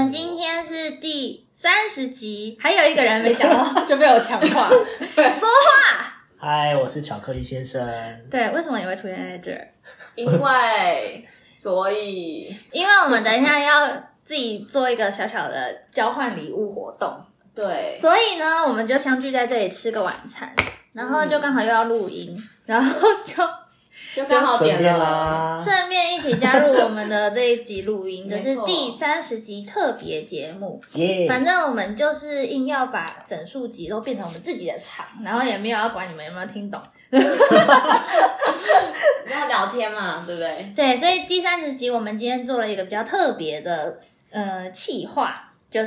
们今天是第30集，还有一个人没讲到就被我抢话说话。 嗨，我是巧克力先生。 对，为什么你会出现在这儿？ 因为我们等一下要自己做一个小小的交换礼物活动。 对， 所以呢，我们就相聚在这里吃个晚餐，然后就刚好又要录音，然后就刚好点了， 顺便一起加入我们的这一集录音，这是第30集特别节目。反正我们就是硬要把整数集都变成我们自己的场，然后也没有要管你们有没有听懂。 要聊天嘛，对不对？ 对，所以第30集我们今天做了一个比较特别的企划。就是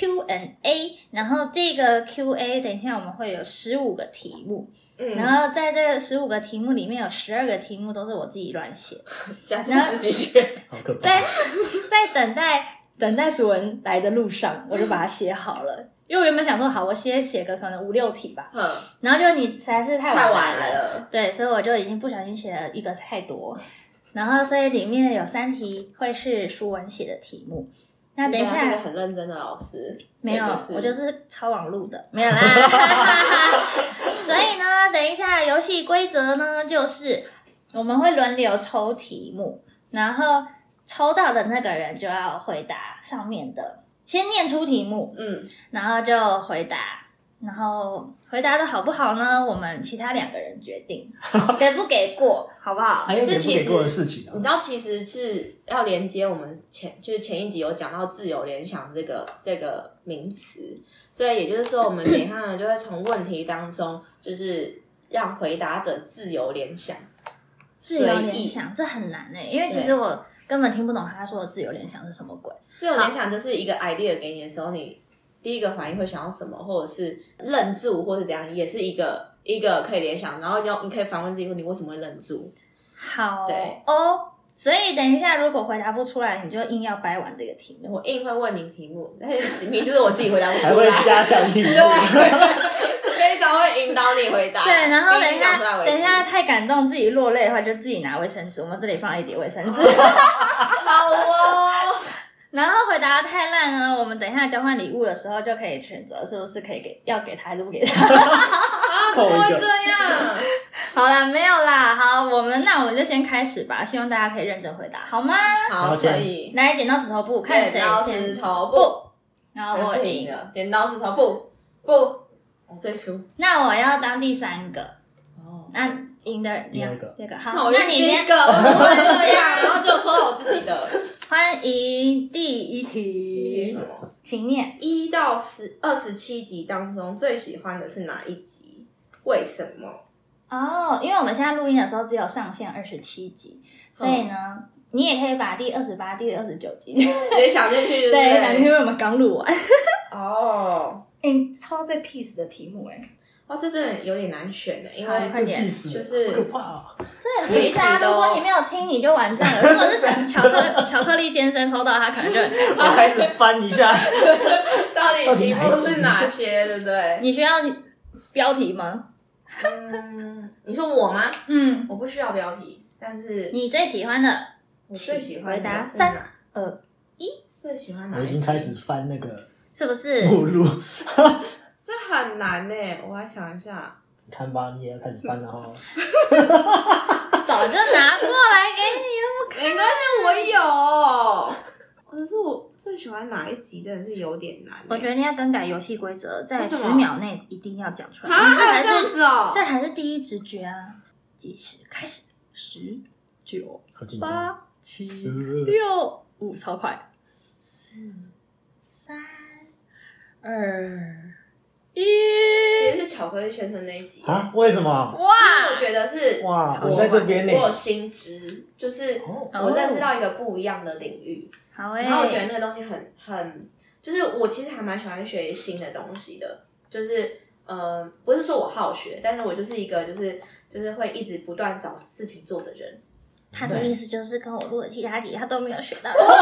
Q&A， 然后这个 Q&A 等一下我们会有15个题目，然后在这个15个题目里面有12个题目都是我自己乱写， 假装自己写， 好可怕。 在等待淑文来的路上，我就把它写好了。因为我原本想说，好，我写个可能5、6题吧，然后就你实在是太晚来了，对，所以我就已经不小心写了一个太多，然后所以里面有3题会是淑文写的题目。那等一下， 是个很认真的老师， 没有，我就是抄网路的，没有啦。所以呢，等一下游戏规则呢，就是我们会轮流抽题目，然后抽到的那个人就要回答上面的，先念出题目，然后就回答。然后回答的好不好呢？我们其他2个人决定给不给过，好不好？ 还有给不给过的事情啊？ 你知道，其实是要连接我们前一集有讲到自由联想这个名词，所以也就是说，我们等一下呢就会从问题当中，就是让回答者自由联想。 自由联想这很难因为其实我根本听不懂他说的自由联想是什么鬼。 自由联想就是一个 idea 给你的时候，你第一个反应会想要什么，或者是愣住，或是怎样，也是一个可以联想，然后你可以反问自己，你为什么会愣住？ 好， 对所以等一下如果回答不出来，你就硬要掰完这个题目。 我硬会问你题目，但是明明就是我自己回答不出来， 还会加强题目， 非常会引导你回答。 对，然后等一下太感动自己落泪的话，就自己拿卫生纸，我们这里放了一叠卫生纸。 好哦。 然后回答太烂呢，我们等一下交换礼物的时候就可以选择是不是可以要给他还是不给他。 怎么会这样？ 好啦，没有啦，好，那我们就先开始吧，希望大家可以认真回答，好吗？ 好，可以。 来，剪刀石头布，看谁先。 剪刀石头布， 然后我赢了。剪刀石头布，我最输。 那我要当第3个。那赢的第2个。 好， 那我就是第1个，我会这样，然后就抽到我自己的。 欢迎第1题，请念。 1到27集当中最喜欢的是哪一集？为什么？ 因为我们现在录音的时候只有上线27集，所以呢，你也可以把第28、第29集也想进去， 对，想进去，因为我们刚录完。 你抽到最 peace 的题目这真的有点难选的，因为快点， 就是可怕啊！ 这很 peace 啊！如果你没有听，你就完蛋了。如果是巧克力先生抽到，他可能就很尴尬。 我开始翻一下， 到底题目是哪些，对不对？ 你需要标题吗？ 你说我吗？我不需要标题，但是你最喜欢的， 我最喜欢的回答3、2、1， 最喜欢哪一集？ 我已经开始翻那个是不是目录？ 这很难我还想一下。 你看吧，你也要开始翻了哈。 早就拿过来给你了， 没关系，我有。可是我最喜欢哪一集真的是有点难。 我觉得你要更改游戏规则，在10秒内一定要讲出来。 这样子这还是第一直觉啊！计时开始，10、9、8、7、6、5，超快。4、3、2、1。 其实是巧克力先生那一集啊？为什么？ 哇！我觉得是我在这边呢， 我有新知，就是我认识到一个不一样的领域。 好然后我觉得那个东西很，就是我其实还蛮喜欢学新的东西的，就是不是说我好学，但是我就是一个就是会一直不断找事情做的人。 他的意思就是跟我录的其他集他都没有学到。 不是，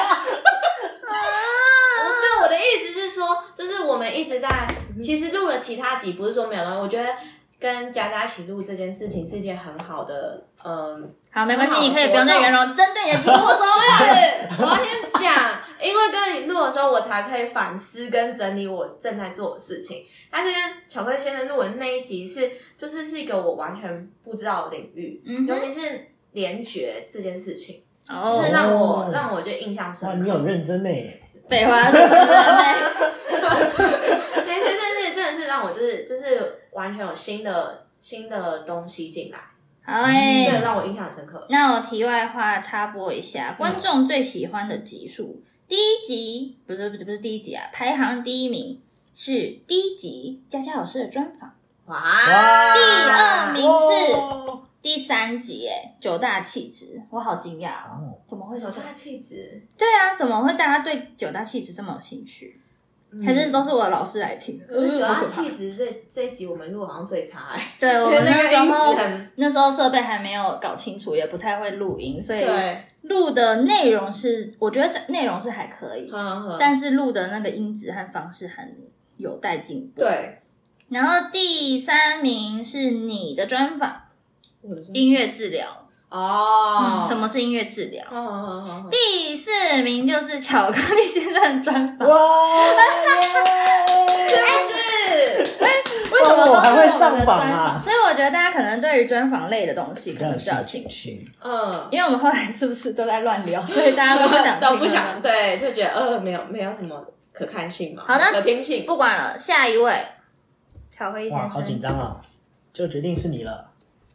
我的意思是说，就是我们一直在，其实录了其他集，不是说没有东西。我觉得跟佳佳一起录这件事情是一件很好的， 好，没关系，你可以不用再圆融，针对你的题目说。 我要先讲， 因为跟你录的时候，我才可以反思跟整理我正在做的事情。但是跟巧克力先生录的那一集是一个我完全不知道的领域，尤其是联觉这件事情，就是让我就印象深刻。 哇，你有认真呢。 废话，主持人呢？ 联觉真的是让我就是完全有新的东西进来。 好这个让我印象很深刻。 那我题外话插播一下，观众最喜欢的集数，第一集不是第一集啊，排行第一名是第一集佳佳老师的专访， 哇！ 第二名是第3集九大气质，我好惊讶哦，怎么会是九大气质？ 对啊，怎么会大家对九大气质这么有兴趣？还是都是我的老师来听？ 可是九大气质这一集我们录好像最差对，我们那时候设备还没有搞清楚，也不太会录音，所以录的内容是，我觉得内容是还可以，但是录的那个音质和方式很有待进步。 对。 然后第3名是你的专访，音乐治疗。什么是音乐治疗？第4名就是巧克力先生的专访。 哇， 是不是？ 为什么都是还会我们的上榜专访？ 啊？ 所以我觉得大家可能对于专访类的东西可能比较有兴趣。因为我们后来是不是都在乱聊，所以大家都不想听都不想，对，就觉得没有什么可看性嘛。 好的， 可听性不管了，下一位巧克力先哇， 生。 好紧张啊！就决定是你了。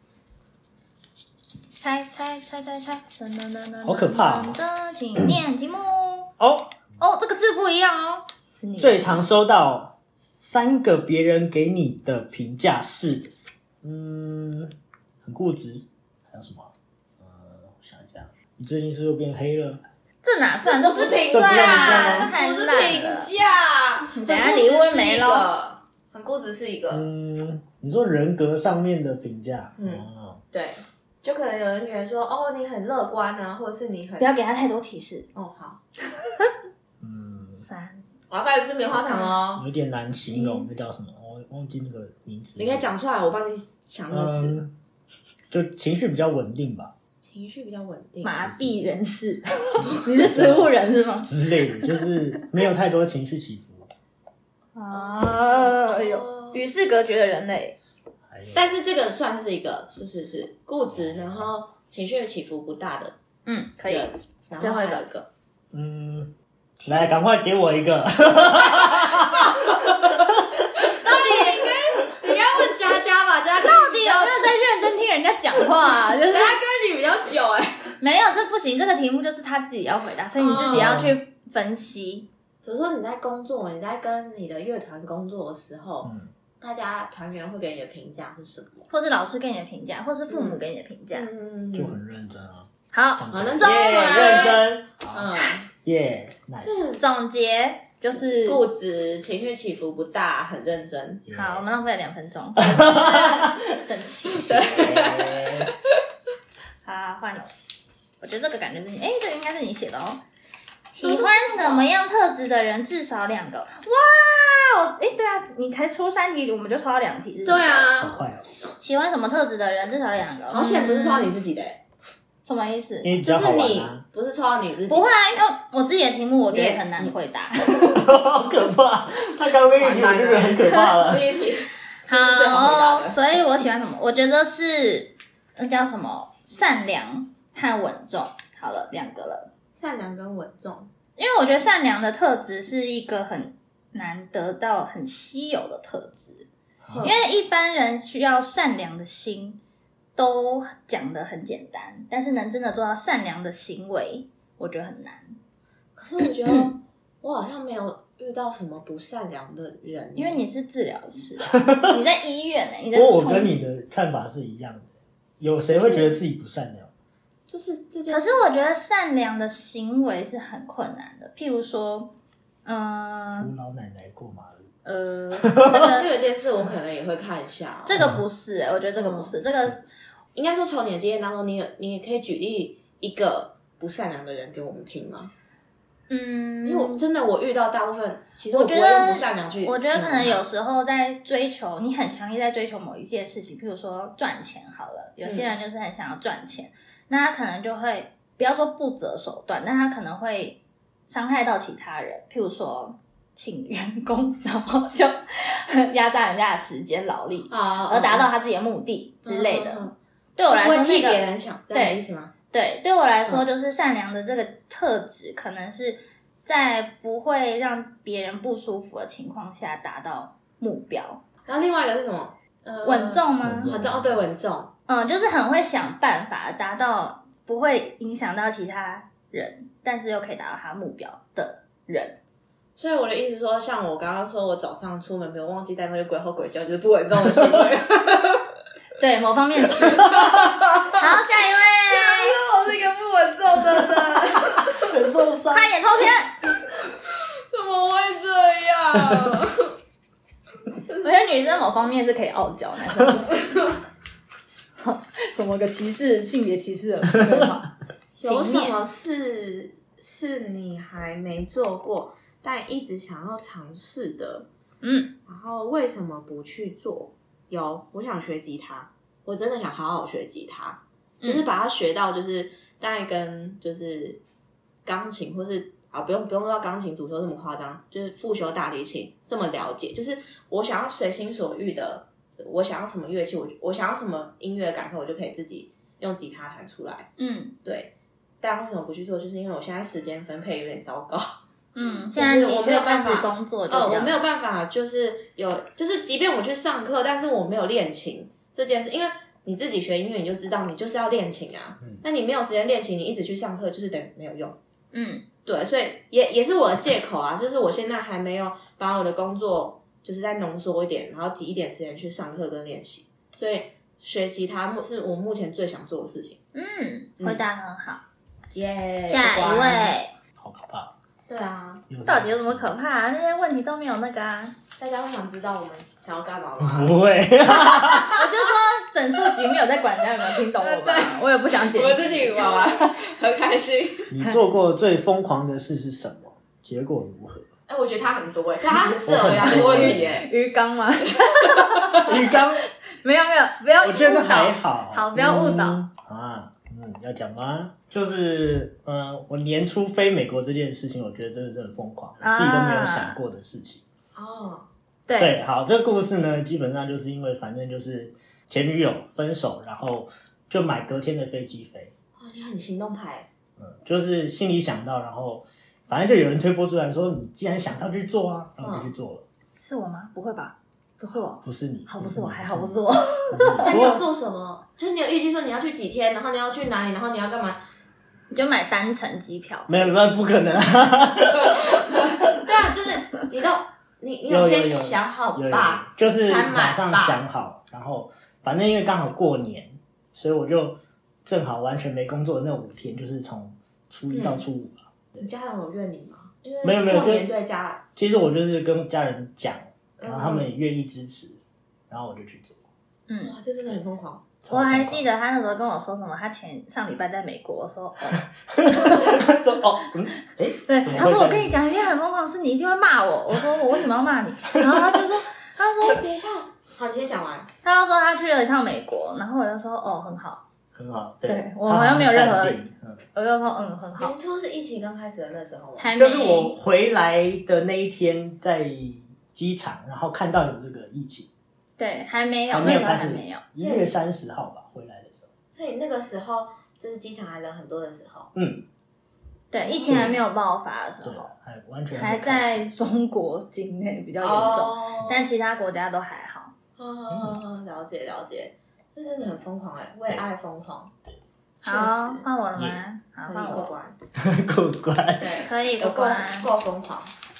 猜， 好可怕请念题目。 哦， 这个字不一样哦。是你最常收到3个别人给你的评价是，很固执，还有什么？我想一下，你最近是不是变黑了？ 这哪算？这不是评价价， 这不是评价。 等下礼物没了。 很固执是一个。 你说人格上面的评价， 对。就可能有人觉得说，你很乐观啊，或者是你很…… 不要给他太多提示。 好。 3， 我要开始吃棉花糖哦。 有点难形容，那叫什么？我忘记那个名字。 你可以讲出来，我帮你想那个词。 就情绪比较稳定吧。 情绪比较稳定。 麻痹人士，你是植物人是吗？ 之类的，就是没有太多情绪起伏。 与世隔绝的人类。 但是这个算是一个是固执，然后情绪起伏不大的， 可以。 最后一个， 来，赶快给我一个。 到底你要问佳佳吧，佳佳到底有没有在认真听人家讲话？就是他跟你比较久没有，这不行，这个题目就是他自己要回答，所以你自己要去分析。 比如说你在工作，你在跟你的乐团工作的时候。大家团员会给你的评价是什么？ 或是老师给你的评价，或是父母给你的评价， 就很认真啊。 好， 很认真， 认真，nice。 总结就是固执，情绪起伏不大，很认真。 好，我们浪费了2分钟，生气。好，换了。我觉得这个感觉是你，这个应该是你写的哦。喜欢什么样特质的人至少2个？哇，对啊，你才出3题，我们就抽到2题， 对啊， 好快哦。 喜欢什么特质的人至少2个？ 好险，不是抽到你自己的什么意思？ 就是你不是抽到你自己？ 不会啊，因为我自己的题目我觉得很难回答， 好可怕！他刚刚那一题我就觉得很可怕了。 这一题这是最好回答的。 所以我喜欢什么？我觉得是那叫什么？善良和稳重。好了，2个了。 善良跟稳重， 因为我觉得善良的特质是一个很难得到、很稀有的特质，因为一般人需要善良的心都讲得很简单，但是能真的做到善良的行为，我觉得很难。 可是我觉得我好像没有遇到什么不善良的人， 因为你是治疗师，你在医院你在。 不过我跟你的看法是一样的，有谁会觉得自己不善良？ 就是这件事。 可是我觉得善良的行为是很困难的，譬如说，扶老奶奶过马路。 这件事我可能也会看一下。 这个不是我觉得这个不是，这个应该说从你的经验当中，你也可以举例一个不善良的人给我们听吗？因为我遇到大部分，其实我不会用不善良去。 我觉得可能有时候在追求，你很强烈在追求某一件事情，譬如说赚钱好了，有些人就是很想要赚钱。那他可能就会不要说不择手段，但他可能会伤害到其他人，譬如说请员工，然后就压榨人家的时间劳力，而达到他自己的目的之类的。对我来说， 不会替别人想，这样的意思吗？ 对，对我来说，就是善良的这个特质，可能是在不会让别人不舒服的情况下达到目标。 然后另外一个是什么？ 稳重吗？ 稳重，对，稳重。 就是很会想办法达到不会影响到其他人，但是又可以达到他目标的人。 所以我的意思说，像我刚刚说，我早上出门没有忘记带那个鬼吼鬼叫，就是不稳重的行为。 对，某方面是。好，下一位。 我是一个不稳重的人， 很受伤。 快点抽签！ 怎么会这样？ 我觉得女生某方面是可以傲娇，男生不是。什么个歧视，性别歧视的对话？ 有什么事是你还没做过，但一直想要尝试的？然后为什么不去做？有，我想学吉他，我真的想好好学吉他，就是把它学到，就是大概跟就是钢琴或是不用到钢琴主修这么夸张，就是复修大提琴这么了解，就是我想要随心所欲的，我想要什么乐器，我想要什么音乐的感受，我就可以自己用吉他弹出来。对。但为什么不去做？就是因为我现在时间分配有点糟糕。 现在的确开始工作， 我没有办法，就是即便我去上课，但是我没有练琴这件事，因为你自己学音乐，你就知道你就是要练琴啊。那你没有时间练琴，你一直去上课，就是等于没有用。对，所以也是我的借口啊，就是我现在还没有把我的工作就是再浓缩一点，然后挤一点时间去上课跟练习，所以学吉他是我目前最想做的事情。 回答很好。 耶， 下一位。 好可怕。 对啊， 到底有什么可怕啊？那些问题都没有那个啊。 大家会想知道我们想要干嘛吗？ 不会。 我就说整数集没有在管人家有没有听懂我吧，我也不想剪辑。 我自己玩玩，很开心。 你做过最疯狂的事是什么？结果如何？ 我觉得他很多他很适合回答这个问题鱼缸吗？ 鱼缸没有，不要误导。 我觉得还好。 好，不要误导。 要讲吗？就是我年初飞美国这件事情，我觉得真的是很疯狂，自己都没有想过的事情。对，好，这个故事呢，基本上就是因为反正就是前女友分手，然后就买隔天的飞机飞。 你很行动派。 就是心里想到，然后反正就有人推波助澜说，你既然想到就去做啊，然后我就去做了。 是我吗？不会吧？不是我， 不是你。 好，不是我，还好不是我。 那你有做什么？就是你有预计说你要去几天，然后你要去哪里，然后你要干嘛？ 你就买单程机票。 没有，不可能。 对啊，就是你有先想好吧？ 就是马上想好，然后反正因为刚好过年，所以我就正好完全没工作的那5天，就是从初1到初5吧。 你家人有怨你吗？因为没有， 过年对家， 其实我就是跟家人讲，然后他们也愿意支持，然后我就去做。 哇，这真的很疯狂。 我还记得他那时候跟我说什么，他上礼拜在美国，我说对，他说我跟你讲一件很疯狂的事，你一定会骂我。我说我为什么要骂你？然后他说等一下，好，你先讲完。 他就说他去了一趟美国，然后我就说很好， 很好。 对我好像没有任何，我就说很好。 年初是疫情刚开始的那时候吗？ 就是我回来的那一天在机场，然后看到有这个疫情。 对，还没有，那时候还没有。 1月30号吧，回来的时候。 所以那个时候就是机场还人很多的时候。 对，疫情还没有爆发的时候， 还完全还在中国境内比较严重，但其他国家都还好。 了解，这真的很疯狂为爱疯狂。 好，换我了吗？好，换我。 过关。 过关。 对，可以过关。 够疯狂。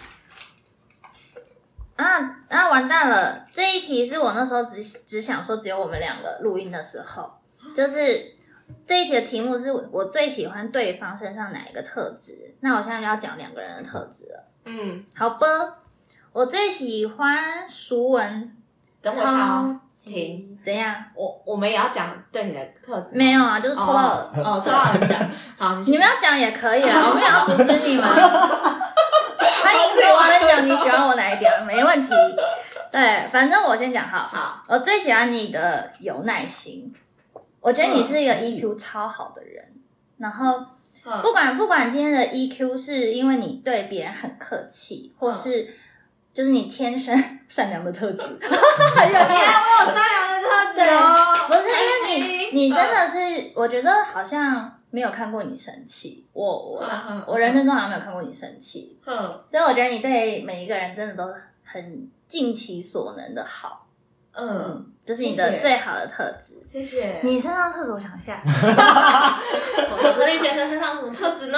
完蛋了！这一题是我那时候只想说只有我们2个录音的时候，就是这一题的题目是我最喜欢对方身上哪一个特质。那我现在就要讲2个人的特质了。好吧，我最喜欢淑文。 等我敲停。 怎样？ 我们也要讲对你的特质。 没有啊，就是抽到抽到人讲。好， 你们要讲也可以啊，我们也要阻止你们。欢迎跟我分享你喜欢我哪一点，没问题。对，反正我先讲好。我最喜欢你的有耐心，我觉得你是一个 EQ 超好的人，然后不管今天的 EQ 是因为你对别人很客气，或是就是你天生善良的特质， 我有善良的特质哦， 不是因为你真的是，我觉得好像没有看过你生气，我人生中好像没有看过你生气，所以我觉得你对每一个人真的都很尽其所能的好，这是你的最好的特质。 谢谢。 你身上的特质，我想一下， 我格力先生身上有什么特质呢？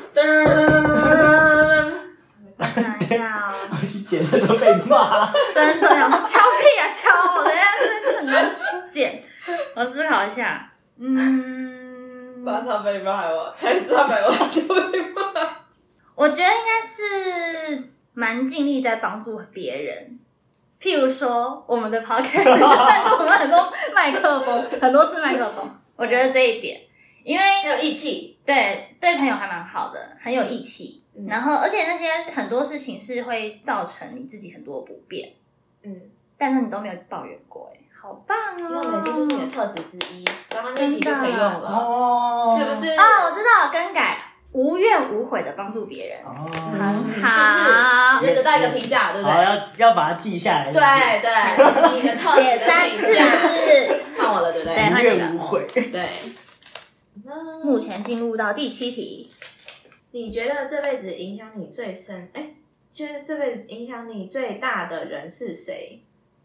我想一下我去剪的时候被骂， 真的想说敲屁啊敲，我等一下真的很难剪。我思考一下， 把他被骂了，才300万就被骂。 我觉得应该是蛮尽力在帮助别人。譬如说，我们的 podcast 就赞助我们很多麦克风，很多次麦克风。我觉得这一点，因为很有义气， 对朋友还蛮好的，很有义气。然后，而且那些很多事情是会造成你自己很多不便，但是你都没有抱怨过，好棒哦！ 这每次就是你的特质之一，刚刚那题就可以用了，是不是？ 我知道，更改。无怨无悔的帮助别人，很好， 你就得到一个评价，对不对？ 要把它记下来。 对，你的特质写3次， 换我了，对不对？ 对， 无怨无悔。 对。 目前进入到第7题， 你觉得这辈子影响你最深？觉得这辈子影响你最大的人是谁？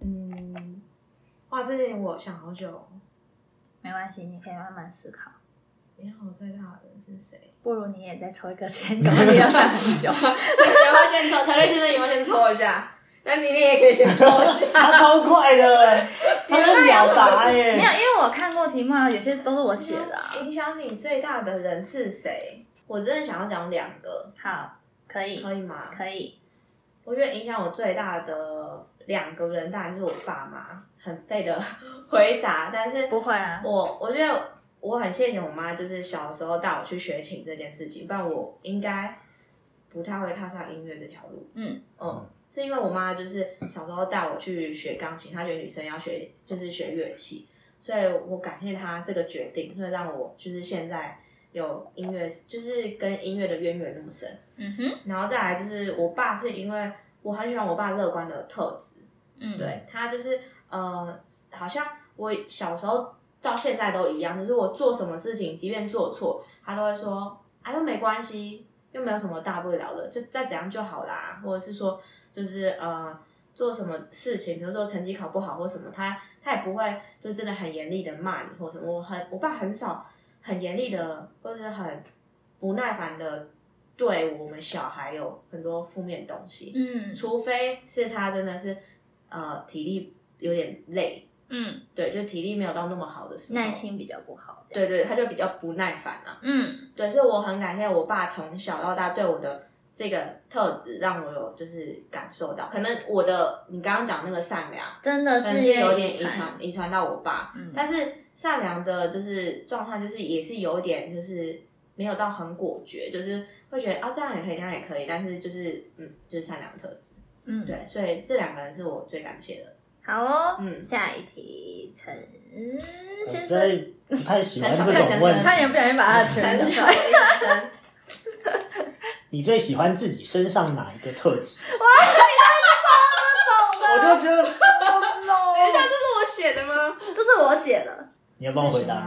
哇，这点我想好久。 没关系，你可以慢慢思考。 影响我最大的人是谁？ 不如你也再抽一个先，搞不好你要想很久。 要不要先抽？乔克先生有没有先抽一下？那你也可以先抽一下。 他超快的，他是秒答耶。 没有，因为我看过题目，有些都是我写的。 影响你最大的人是谁？我真的想要讲2个。好， 可以吗？ 可以。 我觉得影响我最大的2个人，当然是我爸妈。很废的回答，但是不会啊。 我觉得我很谢谢我妈，就是小时候带我去学琴这件事情，不然我应该不太会踏上音乐这条路。是因为我妈就是小时候带我去学钢琴，她觉得女生要学就是学乐器，所以我感谢她这个决定，会让我就是现在有音乐，就是跟音乐的渊源那么深。然后再来就是我爸，是因为我很喜欢我爸乐观的特质。对，他就是好像我小时候到现在都一样，就是我做什么事情，即便做错，他都会说又没关系，又没有什么大不了的，就再怎样就好啦，或者是说就是做什么事情，比如说成绩考不好或什么，他也不会就真的很严厉的骂你或什么。我爸很少很严厉的，或者很不耐烦的对我们小孩有很多负面东西。除非是他真的是体力有点累。对，就体力没有到那么好的时候， 耐心比较不好。 对，他就比较不耐烦了。对，所以我很感谢我爸从小到大对我的这个特质，让我有就是感受到，可能你刚刚讲那个善良， 真的是有点遗传到我爸，但是善良的就是状态，就是也是有点就是没有到很果决，就是会觉得这样也可以，那样也可以，但是就是就是善良的特质。对，所以这2个人是我最感谢的。 好哦，下一题，陈先生， 不太喜欢这种问题， 差点不小心把他的全讲出来。 你最喜欢自己身上哪一个特质？ 哇，你我就觉得， 等一下，这是我写的吗？ 这是我写的。 你要帮我回答。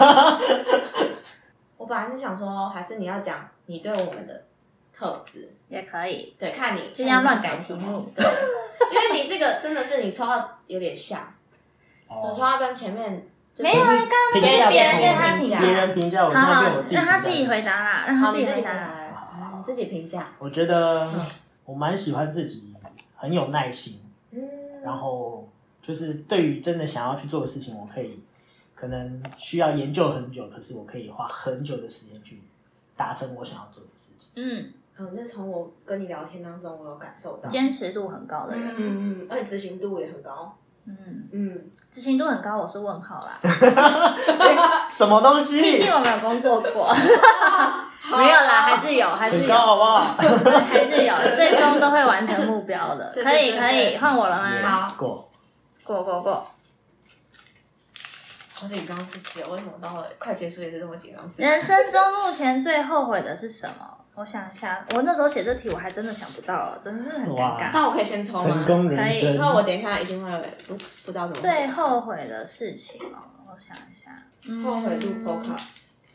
我本来是想说，还是你要讲你对我们的特质也可以。 对，看你就这样乱改题目。 对，因为你这个真的是你抽到有点像，我抽到跟前面没有啊，刚刚别人给他评价， 别人评价，我现在变我自己， 让他自己回答啦，让他自己回答啦。 你自己评价。 我觉得我蛮喜欢自己很有耐心，然后就是对于真的想要去做的事情，我可能需要研究很久，可是我可以花很久的时间去达成我想要做的事情。 那从我跟你聊天当中，我有感受到坚持度很高的人， 而且执行度也很高。 执行度很高，我是问号啦。 什么东西？ 毕竟我没有工作过。没有啦，还是有， 很高好不好？ 还是有，最终都会完成目标的。可以，换我了吗？ 好，过。 好紧张事情，为什么到了快结束也是这么紧张事情？ 人生中目前最后悔的是什么？我想一下，我那时候写这题我还真的想不到，真的是很尴尬。 那我可以先抽吗？ 成功人生， 可以。 因为我等一下一定会不知道怎么。 最后悔的事情哦，我想一下， 后悔录 podcast，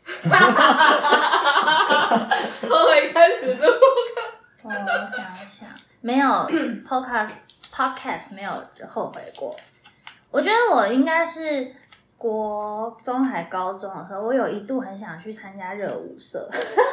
后悔开始录 podcast。 我想一想，没有podcast 没有后悔过。我觉得我应该是国中还高中的时候，我有一度很想去参加热舞社。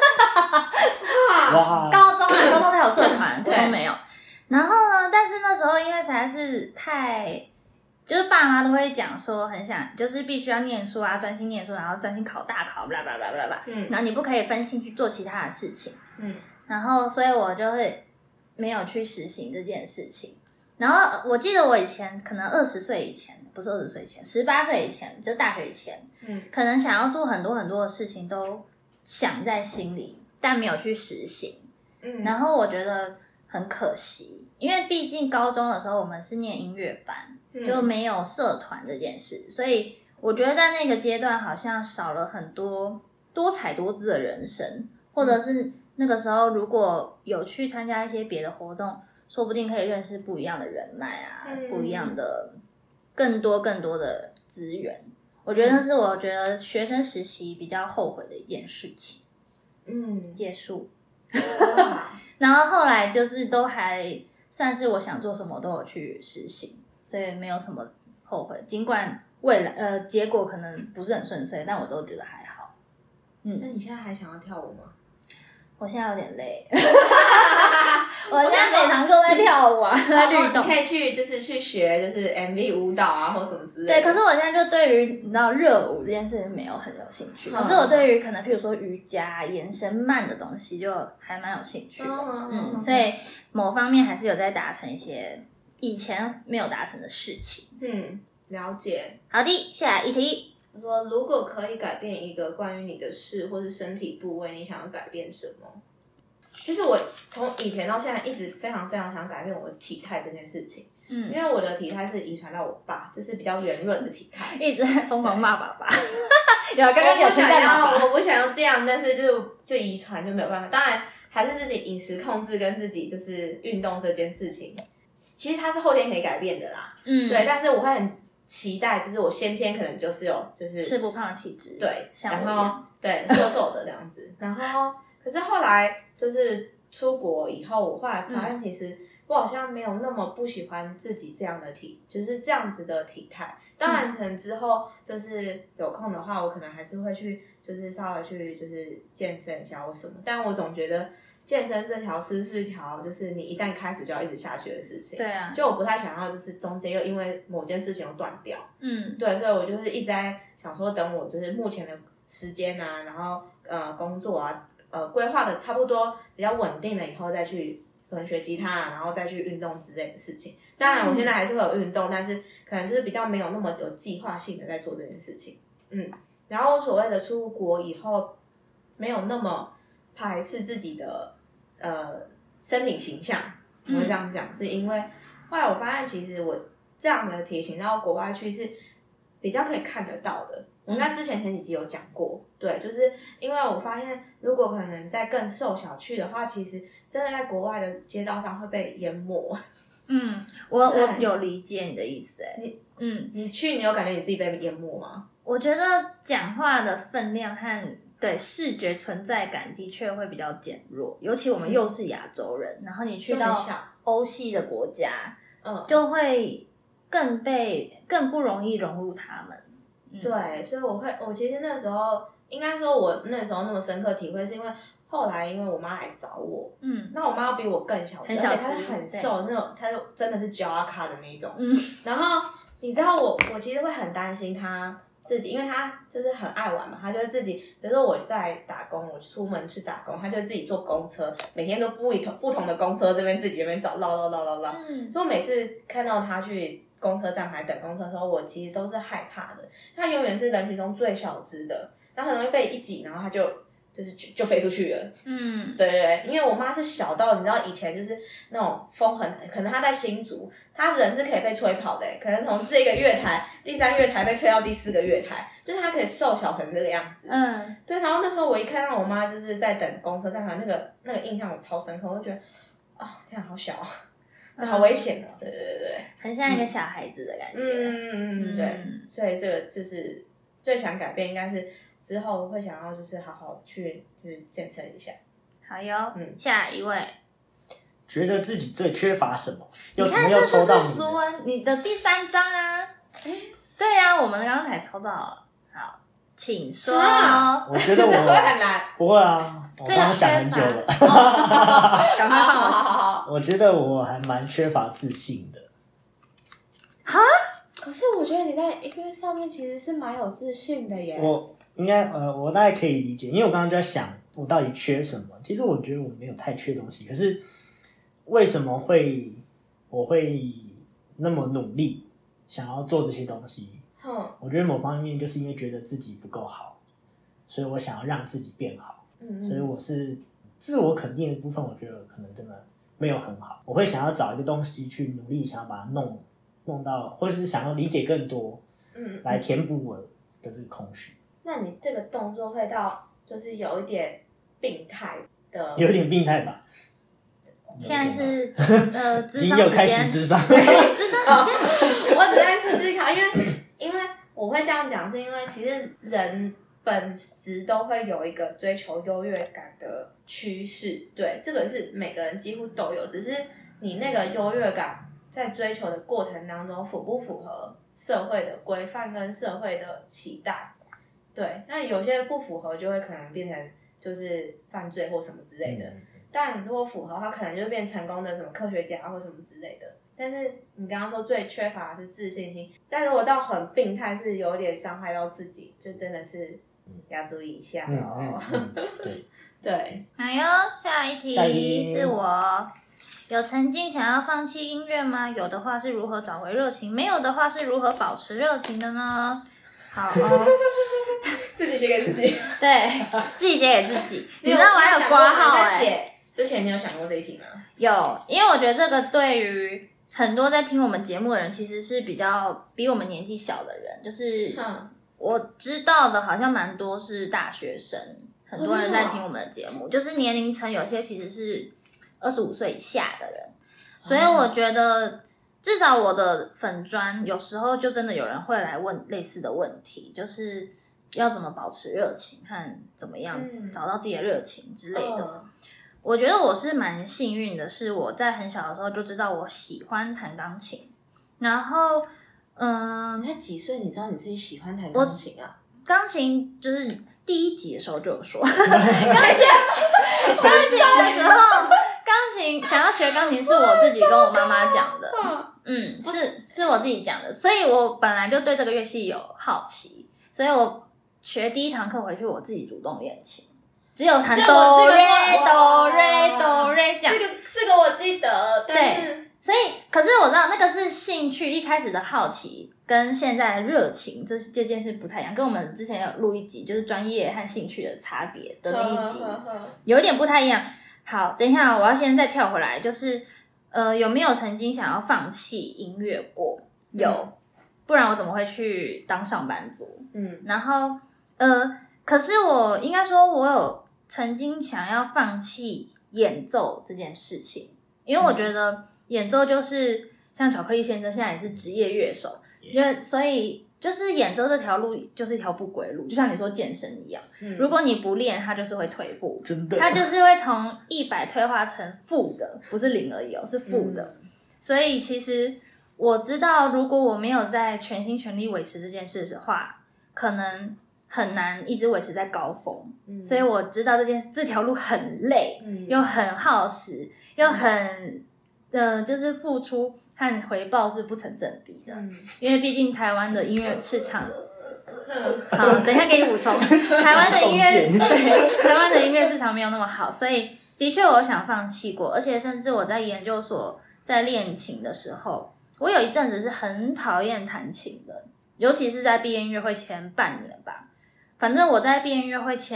哇！ 高中才有社团，国中没有。然后呢，但是那时候因为实在是太，就是爸妈都会讲说很想，就是必须要念书啊，专心念书，然后专心考大考，blah blah blah blah blah，然后你不可以分心去做其他的事情。然后所以我就会没有去实行这件事情。然后我记得我以前可能20岁以前，不是20岁以前，18岁以前，就大学以前，可能想要做很多很多的事情都想在心里，但没有去实行。然后我觉得很可惜，因为毕竟高中的时候我们是念音乐班，就没有社团这件事，所以我觉得在那个阶段好像少了很多多彩多姿的人生，或者是那个时候如果有去参加一些别的活动，说不定可以认识不一样的人脉啊，不一样的更多的资源。我觉得那是我觉得学生时期比较后悔的一件事情。结束。然后后来就是都还算是我想做什么都有去实行，所以没有什么后悔。尽管未来结果可能不是很顺遂，但我都觉得还好。 那你现在还想要跳舞吗？ 我现在有点累。我现在每堂课在跳舞啊，在律动。 你可以去学MV 舞蹈啊，或什么之类的。 对，可是我现在就对于你知道热舞这件事没有很有兴趣。可是我对于可能譬如说瑜伽、延伸慢的东西就还蛮有兴趣的。所以某方面还是有在达成一些以前没有达成的事情。 了解。 好的，下来一题。 他说，如果可以改变一个关于你的事或是身体部位，你想要改变什么？其实我从以前到现在一直非常非常想改变我的体态这件事情。因为我的体态是遗传到我爸，就是比较圆润的体态， 一直在疯狂骂爸爸。有刚刚有称赞爸爸， 我不想要这样，但是就遗传就没有办法。当然还是自己饮食控制跟自己就是运动这件事情，其实它是后天可以改变的啦。对，但是我会很期待，就是我先天可能就是有吃不胖的体质， 对， 像我一样， 对，瘦瘦的这样子。然后可是后来就是出国以后，我后来发现其实我好像没有那么不喜欢自己这样的就是这样子的体态。当然可能之后就是有空的话，我可能还是会去就是稍微去就是健身一下或什么，但我总觉得健身这条是一条就是你一旦开始就要一直下去的事情。 对啊， 就我不太想要就是中间又因为某件事情又断掉。对，所以我就是一直在想说，等我就是目前的时间啊，然后工作啊，规划的差不多比较稳定了以后，再去可能学吉他啊，然后再去运动之类的事情。当然我现在还是会有运动，但是可能就是比较没有那么有计划性的在做这件事情。然后所谓的出国以后没有那么排斥自己的身体形象，我会这样讲，是因为后来我发现其实我这样的体型到国外去是比较可以看得到的。我应该之前几集有讲过，对，就是因为我发现如果可能再更瘦小去的话，其实真的在国外的街道上会被淹没。 我有理解你的意思。 你去你有感觉你自己被淹没吗？ 我觉得讲话的分量和对视觉存在感的确会比较减弱，尤其我们又是亚洲人，然后你去到欧系的国家，就会更不容易融入他们。 对，所以我其实那时候应该说，我那时候那么深刻体会，是因为后来因为我妈来找我，那我妈比我更小只，而且她是很瘦那种，她真的是焦阿卡的那种。然后你知道我其实会很担心她自己，因为她就是很爱玩嘛，她就自己，比如说我在打工，我出门去打工，她就自己坐公车，每天都不同的公车这边自己这边找绕。所以我每次看到她去公车站牌等公车的时候，我其实都是害怕的。他永远是人群中最小只的，然后很容易被一挤，然后他就就是就飞出去了。对对对，因为我妈是小到你知道以前就是那种风很，可能她在新竹，她人是可以被吹跑的，可能从这个月台第3月台被吹到第4个月台，就是她可以瘦小成这个样子。对，然后那时候我一看到我妈就是在等公车站牌，那个印象我超深刻，我就觉得天啊，好小好危险哦！对对对对， 很像一个小孩子的感觉。 对，所以这个就是最想改变，应该是之后会想要就是好好去就是健身一下。 好哟，下一位， 觉得自己最缺乏什么？ 你看，这就是苏文你的第3章啊。对啊，我们刚才抽到了。好，请说。 我觉得我会很难， 不会啊，我刚刚想很久了。 赶快放我。 我觉得我还蛮缺乏自信的。 哈？ 可是我觉得你在音乐上面其实是蛮有自信的耶。 我应该我大概可以理解，因为我刚刚就在想我到底缺什么。其实我觉得我没有太缺东西，可是为什么我会那么努力想要做这些东西？我觉得某方面就是因为觉得自己不够好，所以我想要让自己变好。所以我是自我肯定的部分，我觉得可能真的没有很好。我会想要找一个东西去努力，想要把它弄到，或者是想要理解更多，来填补我的这个空虚。 那你这个动作会到就是有一点病态的， 有点病态吧？ 现在是已经有开始諮商， 对，諮商时间。 我只在思考，因为我会这样讲，是因为其实人本质都会有一个追求优越感的趋势，对，这个是每个人几乎都有，只是你那个优越感在追求的过程当中符不符合社会的规范跟社会的期待。对，那有些不符合就会可能变成就是犯罪或什么之类的，但如果符合的话，可能就变成功的什么科学家或什么之类的。但是你刚刚说最缺乏的是自信心，但如果到很病态，是有点伤害到自己，就真的是要注意一下哦。 对对， 好哟，下一题是我。有曾经想要放弃音乐吗？有的话是如何找回热情？没有的话是如何保持热情的呢？好自己写给自己， 对，自己写给自己。你知道我还有挂号之前你有想过这一题吗？ 有，因为我觉得这个对于很多在听我们节目的人，其实是比我们年纪小的人，就是我知道的，好像蛮多是大学生，很多人在听我们的节目，就是年龄层有些其实是25岁以下的人，所以我觉得至少我的粉专有时候就真的有人会来问类似的问题，就是要怎么保持热情和怎么样找到自己的热情之类的。我觉得我是蛮幸运的，是我在很小的时候就知道我喜欢弹钢琴，然后你才几岁你知道你自己喜欢弹钢琴啊？ 钢琴就是第1集的时候就有说钢琴的时候，想要学钢琴是我自己跟我妈妈讲的，是我自己讲的，所以我本来就对这个乐器有好奇，所以我学第1堂课回去，我自己主动练琴，只有弹哆瑞哆瑞哆瑞这样。 这个我记得，但是对，所以可是我知道那个是兴趣，一开始的好奇跟现在的热情这件事不太一样，跟我们之前有录一集就是专业和兴趣的差别的那一集有一点不太一样。好，等一下我要先再跳回来，就是有没有曾经想要放弃音乐过？有，不然我怎么会去当上班族？然后可是我应该说我有曾经想要放弃演奏这件事情，因为我觉得演奏就是像巧克力先生现在也是职业乐手，因为所以就是演奏这条路就是一条不归路，就像你说健身一样，如果你不练它就是会退步， 真的， 它就是会从100退化成负的，不是0而已是负的。所以其实我知道如果我没有在全心全力维持这件事的话，可能很难一直维持在高峰，所以我知道这条路很累，又很耗时，又很就是付出和回报是不成正比的，因为毕竟台湾的音乐市场，好，等一下给你补充，台湾的音乐市场没有那么好，所以的确我想放弃过，而且甚至我在研究所在练琴的时候，我有一阵子是很讨厌弹琴的，尤其是在毕业音乐会前半年吧。反正我在毕业音乐会前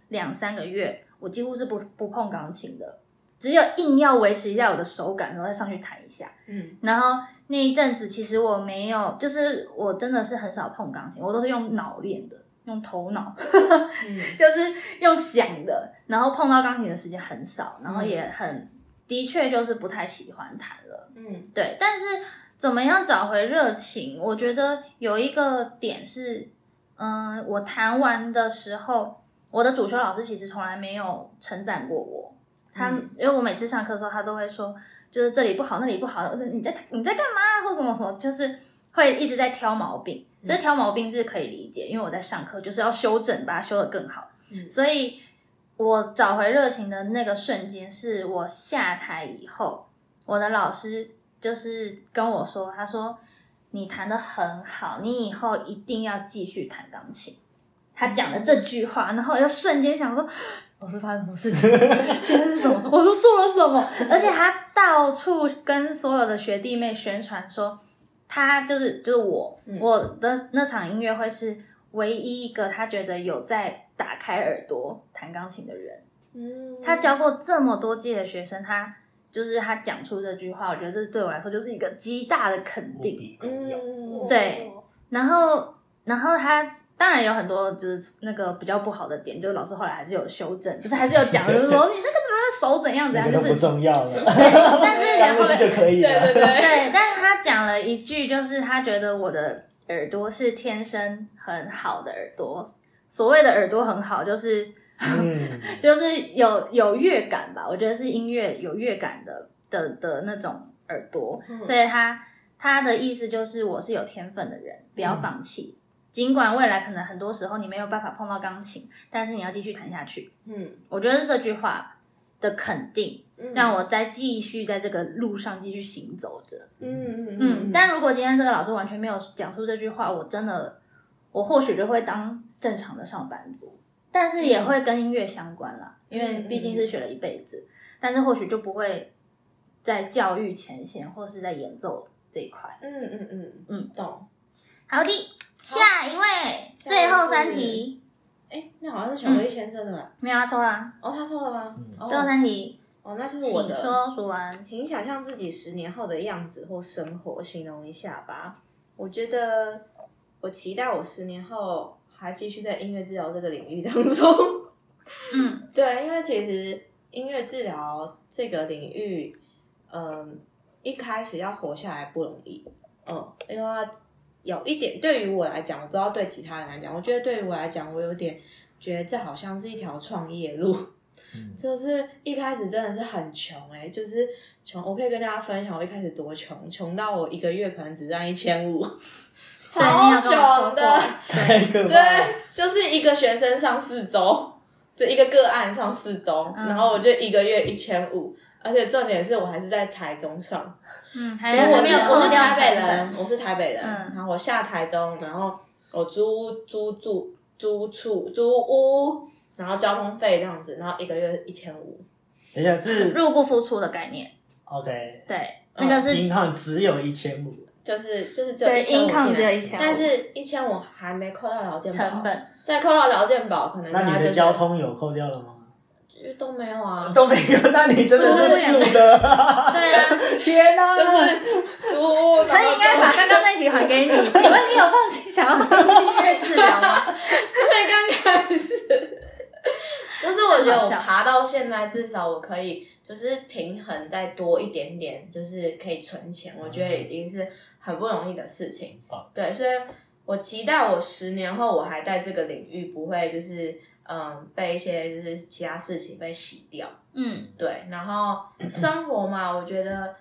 2-3个月，我几乎是不碰钢琴的，只有硬要维持一下我的手感，然后再上去弹一下。然后那一阵子其实我没有，就是我真的是很少碰钢琴，我都是用脑练的，用头脑，就是用想的，然后碰到钢琴的时间很少，然后也的确就是不太喜欢弹了。对，但是怎么样找回热情？我觉得有一个点是，我弹完的时候，我的主修老师其实从来没有称赞过我。因为我每次上课的时候，他都会说，就是这里不好，那里不好，你在干嘛，或什么什么，就是会一直在挑毛病。这挑毛病是可以理解，因为我在上课就是要修正，把它修得更好。所以我找回热情的那个瞬间，是我下台以后，我的老师就是跟我说，他说你弹得很好，你以后一定要继续弹钢琴。他讲了这句话，然后我就瞬间想说，老师发生什么事情？今天是什么？我都做了什么？而且他到处跟所有的学弟妹宣传说，他就是我的那场音乐会是唯一一个他觉得有在打开耳朵弹钢琴的人。他教过这么多届的学生，他讲出这句话，我觉得这对我来说就是一个极大的肯定。对，然后他当然有很多就是那个比较不好的点，就是老师后来还是有修正，就是还是有讲，就是说你那个手怎样怎样，就是不重要了。 对，但是后面就可以了。 对，但是他讲了一句，就是他觉得我的耳朵是天生很好的耳朵。所谓的耳朵很好，就是就是有乐感吧，我觉得是音乐有乐感的那种耳朵。所以他的意思就是我是有天分的人，不要放弃。尽管未来可能很多时候你没有办法碰到钢琴，但是你要继续弹下去。我觉得是这句话的肯定，让我再继续在这个路上继续行走着。但如果今天这个老师完全没有讲出这句话，我或许就会当正常的上班族，但是也会跟音乐相关啦，因为毕竟是学了一辈子。但是或许就不会在教育前线或是在演奏这一块。 懂。 好的。下一位，最后3题。 那好像是小薇先生的嘛？ 没有，他抽了。 他抽了吗？ 最后3题。 那是我的。 请说，数完。 请想象自己10年后的样子或生活，形容一下吧。我觉得，我期待我10年后还继续在音乐治疗这个领域当中。对，因为其实音乐治疗这个领域，一开始要活下来不容易。因为有一点对于我来讲，我不知道对其他人来讲，我觉得对于我来讲，我有点觉得这好像是一条创业路。就是一开始真的是很穷就是穷。我可以跟大家分享我一开始多穷到我1个月可能只赚1500，超穷的。对，就是一个学生上4周，就一个个案上4周，然后我就1个月1500，而且重点是我还是在台中上。我是台北人，然后我下台中，然后我租屋，然后交通费这样子，然后1个月1500。 等一下，是入不敷出的概念。 OK， 对，那个是银行只有1500， 就是只有对，income只有1500， 但是1500还没扣到劳健保成本， 再扣到劳健保可能那你的交通有扣掉了吗？ 都没有啊， 都没有，那你真的是负的。对啊， 天哪， 就是所以应该把刚刚那题还给你。请问你有想要放弃音乐治疗吗？ 对，刚开始，就是我觉得我爬到现在，至少我可以就是平衡再多一点点，就是可以存钱。我觉得已经是很不容易的事情。对，所以我期待我10年后我还在这个领域，不会就是被一些就是其他事情被洗掉。对。然后生活嘛，我觉得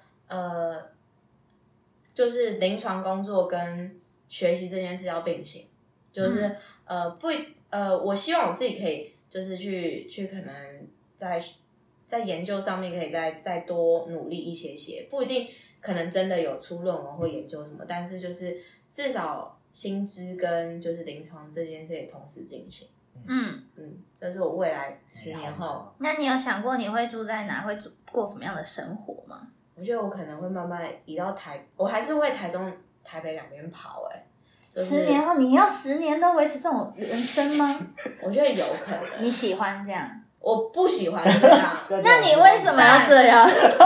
就是临床工作跟学习这件事要并行，就是我希望我自己可以就是去可能在研究上面可以再多努力一些，不一定可能真的有出论文或研究什么，但是就是至少薪资跟就是临床这件事也同时进行。这是我未来10年后。 那你有想过你会住在哪，会过什么样的生活吗？ 我觉得我可能会慢慢移到我还是会台中台北两边跑就是 10年后你要10年都维持这种人生吗？ 我觉得有可能。 你喜欢这样？ 我不喜欢这样。 那你为什么要这样？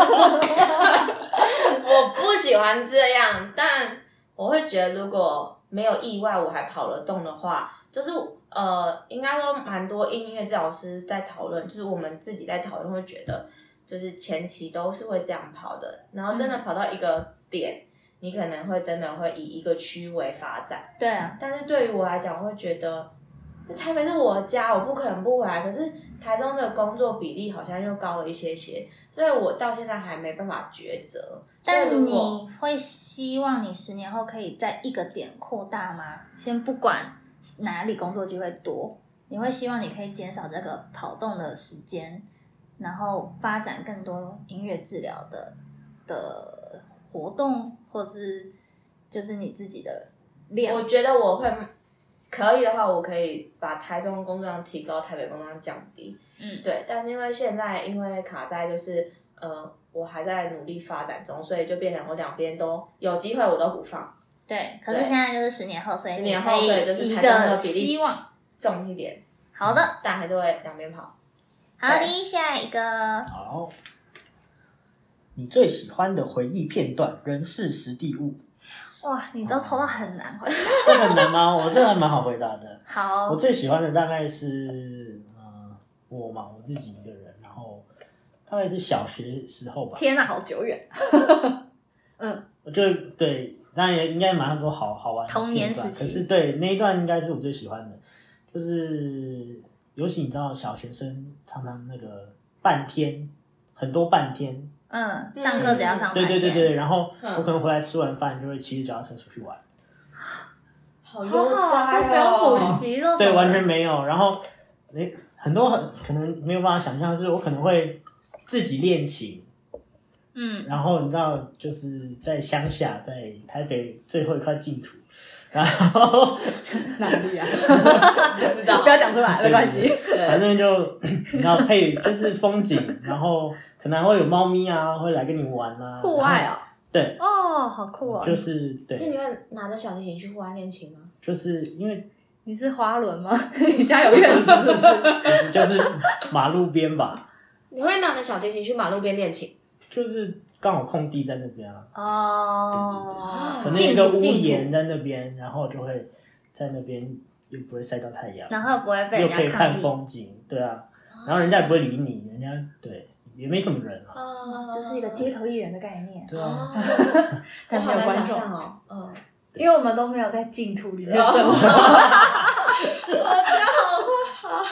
我不喜欢这样，但我会觉得如果没有意外我还跑得动的话，就是应该说蛮多音乐治疗师在讨论，就是我们自己在讨论会觉得就是前期都是会这样跑的，然后真的跑到一个点，你可能会真的会以一个区为发展。 对啊， 但是对于我来讲，我会觉得台北是我的家，我不可能不回来，可是台中的工作比例好像又高了一些，所以我到现在还没办法抉择。 但你会希望你10年后可以在一个点扩大吗？先不管哪里工作机会多，你会希望你可以减少这个跑动的时间，然后发展更多音乐治疗的活动，或是就是你自己的量？ 我觉得我会可以的话，我可以把台中工作量提高，台北工作量降低。对。但是因为现在因为卡在就是我还在努力发展中，所以就变成我两边都有机会我都不放。 对，可是现在就是10年后，所以 10年后，所以就是一台中的个比例希望重一点。 好的， 但还是会两边跑。 好的，下一个。 好，你最喜欢的回忆片段，人事实地物。 哇，你都抽到很难回答。 这很难吗？我这个还蛮好回答的。 好， 我最喜欢的大概是我自己一个人，然后大概是小学时候吧。 天哪，好久远。 我就对，当然也应该蛮多好玩的童年时期。 可是对那一段应该是我最喜欢的，就是尤其你知道小学生常常那个半天，很多半天。 上课只要上半天。 对，然后我可能回来吃完饭就会骑着脚踏车出去玩。 好悠哉不用补习了。 对，完全没有。然后很多可能没有办法想象，是我可能会自己练琴。然后你知道，就是在乡下，在台北最后一块净土，然后哪里啊？不知道， 不要讲出来，没关系。 反正就你知道配就是风景，然后可能还会有猫咪啊，会来跟你玩啊。 户外哦。 对。 哦，好酷哦。 就是对。 所以你会拿着小提琴去户外练琴吗？ 就是因为你是花轮吗？你家有院子是不是？ 就是马路边吧。 你会拿着小提琴去马路边练琴？ 就是刚好空地在那边啊。 可能一个屋檐在那边，然后就会在那边又不会晒到太阳， 然后不会被人家又可以看风景，对啊，然后人家也不会理你，人家对也没什么人啊， 就是一个街头艺人的概念， 对啊， 但没有观众哦，因为我们都没有在净土里面生活， 我真好，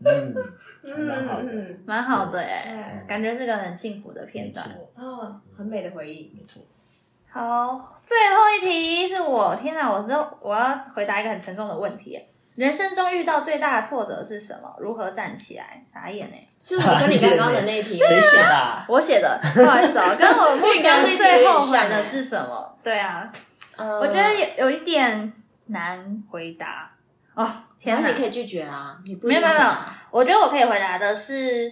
蛮好的哎，感觉是个很幸福的片段， 很美的回忆， 没错。 好，最后一题是天哪，我要回答一个很沉重的问题。人生中遇到最大的挫折是什么？如何站起来？傻眼欸！ 就是我跟你刚刚的那一题， 谁写的？ 我写的，不好意思哦。跟我目前最后悔的是什么？对啊，我觉得有一点难回答哦。天哪， 你可以拒绝啊，你不没有。我觉得我可以回答的是，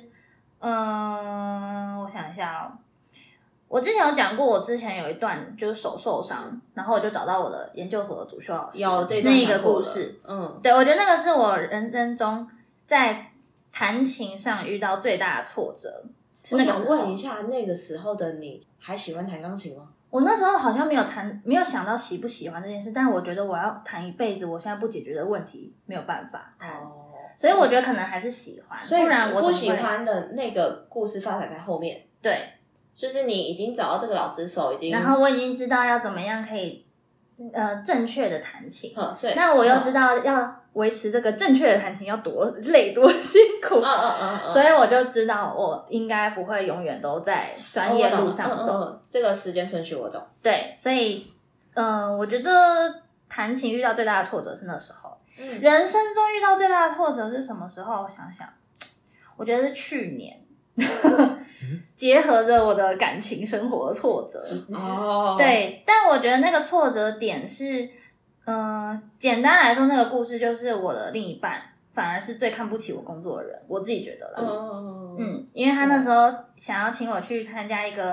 我想一下哦。我之前有讲过，我之前有一段就是手受伤，然后我就找到我的研究所的主修老师， 有这段那一个故事，对，我觉得那个是我人生中在弹琴上遇到最大的挫折。 我想问一下，那个时候的你还喜欢弹钢琴吗？ 我那时候好像没有想到喜不喜欢这件事，但我觉得我要弹一辈子，我现在不解决的问题没有办法弹，所以我觉得可能还是喜欢， 所以不然我不喜欢的那个故事发展在后面， 对。 就是你已经找到这个老师手， 然后我已经知道要怎么样可以正确的弹琴，那我又知道要维持这个正确的弹琴要多累多辛苦，所以我就知道我应该不会永远都在专业路上走， 这个时间顺序我懂。 对，所以我觉得弹琴遇到最大的挫折是那时候，人生中遇到最大的挫折是什么时候？我想想，我觉得是去年。结合着我的感情生活的挫折对，但我觉得那个挫折点是简单来说，那个故事就是我的另一半反而是最看不起我工作的人，我自己觉得啦因为他那时候想要请我去参加一个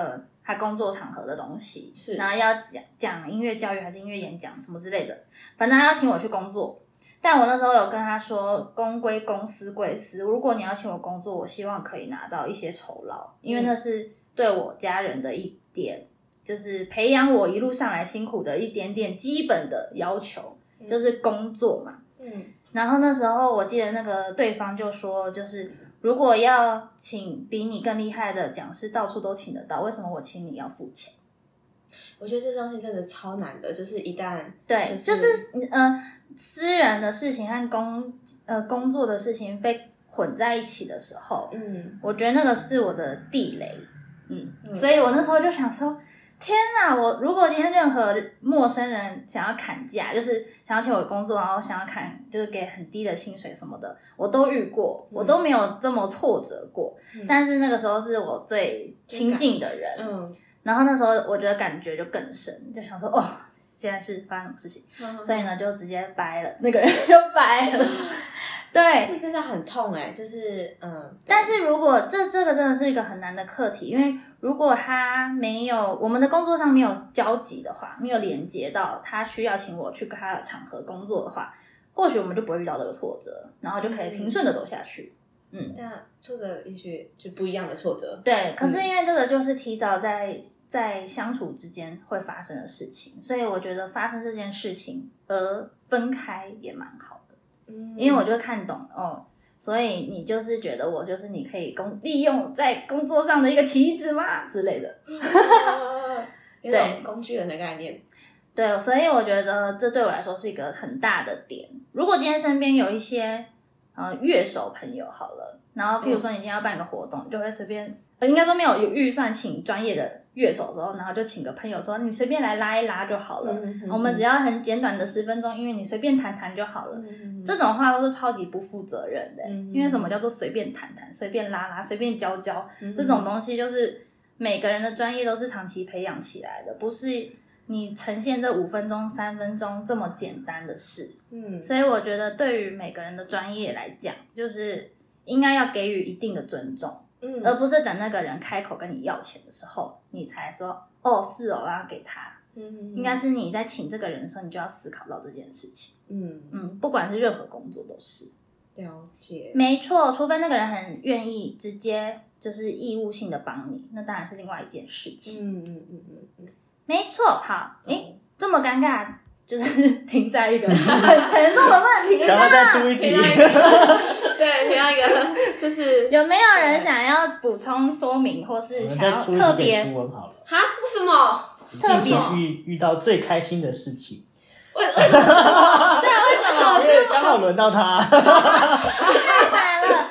他工作场合的东西， 是， 然后要讲音乐教育还是音乐演讲什么之类的，反正他要请我去工作。但我那时候有跟他说，公归公，私归私。如果你要请我工作，我希望可以拿到一些酬劳，因为那是对我家人的一点，就是培养我一路上来辛苦的一点点基本的要求，就是工作嘛。然后那时候我记得那个对方就说，就是如果要请比你更厉害的讲师，到处都请得到，为什么我请你要付钱？ 我觉得这东西真的超难的，就是一旦对，就是私人的事情和工作的事情被混在一起的时候，我觉得那个是我的地雷，所以我那时候就想说，天哪！我如果今天任何陌生人想要砍价，就是想要请我工作，然后想要就是给很低的薪水什么的，我都遇过，我都没有这么挫折过。但是那个时候是我最亲近的人，然后那时候我觉得感觉就更深，就想说哦，现在是发生什么事情，所以呢就直接掰了，那个人就掰了。对， 这真的很痛就是但是如果这个真的是一个很难的课题，因为如果他没有我们的工作上没有交集的话，没有连接到他需要请我去跟他的场合工作的话，或许我们就不会遇到这个挫折，然后就可以平顺的走下去。 但挫折也许就不一样的挫折。 对，可是因为这个就是提早在相处之间会发生的事情，所以我觉得发生这件事情而分开也蛮好的。因为我就看懂所以你就是觉得我就是你可以利用在工作上的一个棋子嘛之类的， 有种工具人的概念。 对，所以我觉得这对我来说是一个很大的点。如果今天身边有一些乐手朋友好了，然后譬如说你今天要办个活动，你就会随便应该说没有预算请专业的乐手的时候，然后就请个朋友说你随便来拉一拉就好了，我们只要很简短的10分钟音乐，你随便弹弹就好了。这种话都是超级不负责任的，因为什么叫做随便弹弹、随便拉拉、随便教教，这种东西就是每个人的专业都是长期培养起来的，不是你呈现这5分钟、3分钟这么简单的事。所以我觉得对于每个人的专业来讲，就是应该要给予一定的尊重，而不是等那个人开口跟你要钱的时候，你才说是我要给他。应该是你在请这个人的时候，你就要思考到这件事情。不管是任何工作都是。 了解， 没错，除非那个人很愿意直接就是义务性的帮你，那当然是另外一件事情。没错。好，这么尴尬，就是停在一个很沉重的问题上， 然后再出一题。 对，提到一个，就是有没有人想要补充说明，或是想要特别？ 书文好了。 哈？为什么？ 特别遇到最开心的事情。 为什么？ 对啊，为什么？ 因为刚好轮到他。 太惨了。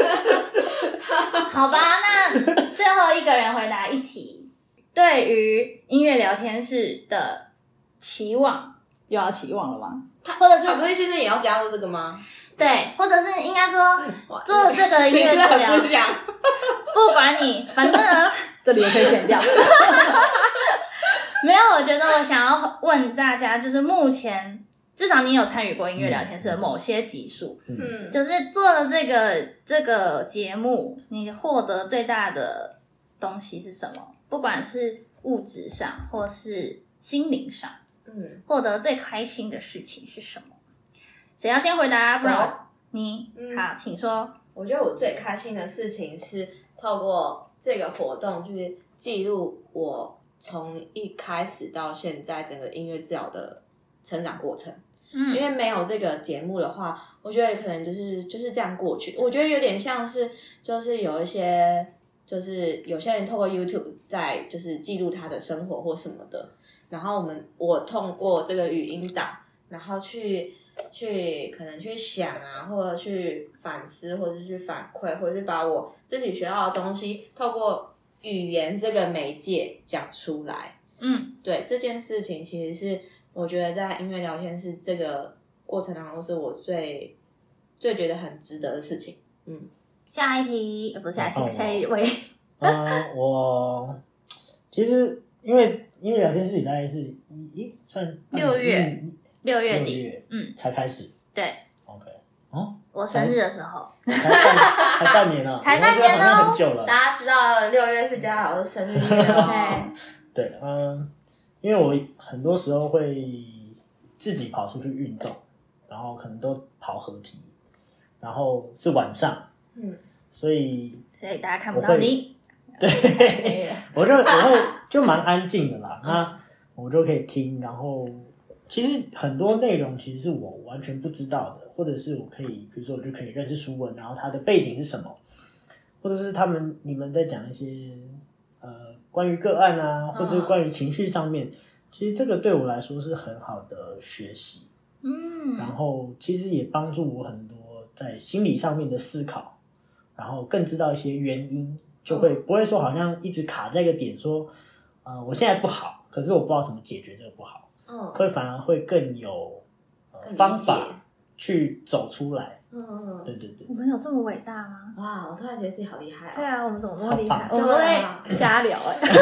好吧，那最后一个人回答一题，对于音乐聊天室的期望，又要期望了吗？或者是巧克力先生也要加入这个吗？ 对，或者是应该说做这个音乐治疗，不管你，反正呢，这里也可以剪掉。没有，我觉得我想要问大家，就是目前至少你有参与过音乐聊天室的某些集数，就是做了这个节目，你获得最大的东西是什么？不管是物质上或是心灵上，获得最开心的事情是什么？谁要先回答？不然你好，请说。 我觉得我最开心的事情是透过这个活动去记录我从一开始到现在整个音乐治疗的成长过程。因为没有这个节目的话，我觉得可能就是这样过去。我觉得有点像是就是有一些就是有些人透过 YouTube 在就是记录他的生活或什么的，然后我通过这个语音档，然后去可能去想啊，或者去反思，或者是去反馈，或者是把我自己学到的东西透过语言这个媒介讲出来。对，这件事情其实是我觉得在音乐聊天室这个过程当中是我最觉得很值得的事情。 下一题，不是下一题，下一位。 我其实因为音乐聊天室大概是算 6月底， 才开始。 对 ，OK， 我生日的时候， 才半年了， 才半年哦， 很久了。 大家知道6月是嘉豪的生日月哦。 对，因为我很多时候会自己跑出去运动，然后可能都跑合体，然后是晚上，所以大家看不到你。 对，我会就蛮安静的啦，那我就可以听，然后其实很多内容其实是我完全不知道的，或者是我可以，比如说我就可以认识书文，然后它的背景是什么，或者是你们在讲一些关于个案啊，或者是关于情绪上面，其实这个对我来说是很好的学习，然后其实也帮助我很多在心理上面的思考，然后更知道一些原因。就会不会说好像一直卡在一个点说，我现在不好，可是我不知道怎么解决这个不好，会反而会更有方法去走出来。对对对。 我们有这么伟大吗？ 哇，我突然觉得自己好厉害。 对啊，我们怎么那么厉害？我们都在瞎聊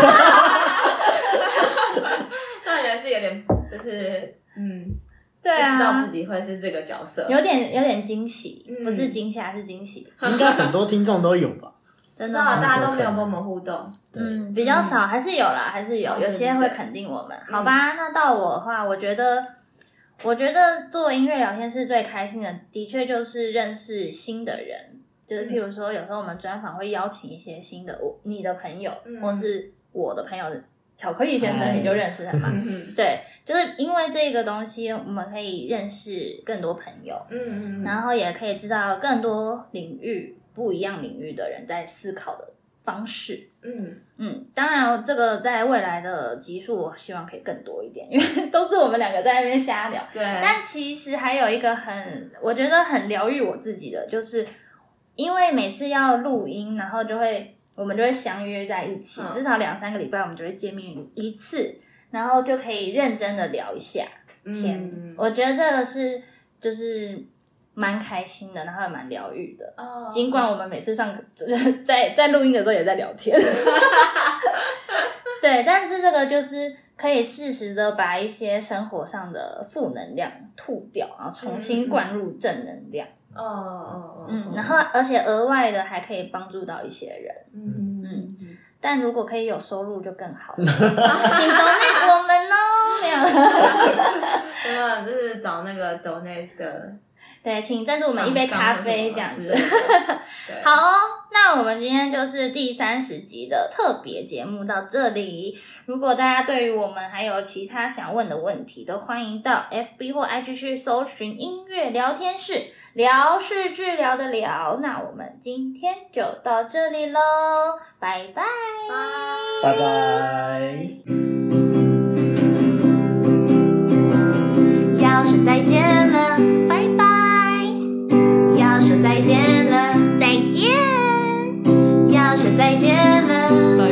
突然觉得是有点就是对啊， 不知道自己会是这个角色， 有点惊喜，不是惊吓，是惊喜。 应该很多听众都有吧。 真的，大家都没有跟我们互动。 比较少，还是有啦，还是有些会肯定我们。好吧，那到我的话，我觉得做音乐聊天是最开心的，的确就是认识新的人，就是譬如说，有时候我们专访会邀请一些新的你的朋友，或是我的朋友。巧克力先生，你就认识他嘛？对，就是因为这个东西，我们可以认识更多朋友，然后也可以知道更多领域不一样领域的人在思考的方式。当然，这个在未来的集数，我希望可以更多一点，因为都是我们两个在那边瞎聊。 对， 但其实还有一个我觉得很疗愈我自己的，就是因为每次要录音，然后我们就会相约在一起，至少2-3个礼拜我们就会见面一次，然后就可以认真的聊一下天。我觉得这个就是蛮开心的，然后也蛮疗愈的。尽管我们每次在录音的时候也在聊天，对，但是这个就是可以适时的把一些生活上的负能量吐掉，然后重新灌入正能量。然后而且额外的还可以帮助到一些人。但如果可以有收入就更好了，请donate我们哦，没有了。 就是找那个 donate 的， 对，请赞助我们一杯咖啡这样子。好哦，那我们今天就是第30集的特别节目到这里。如果大家对于我们还有其他想问的问题，都欢迎到 FB 或 IG 去搜寻音乐聊天室，聊是治疗的聊。那我们今天就到这里咯，拜拜， 拜拜。 要说再见了，拜拜。要说再见了，再见。要说再见了。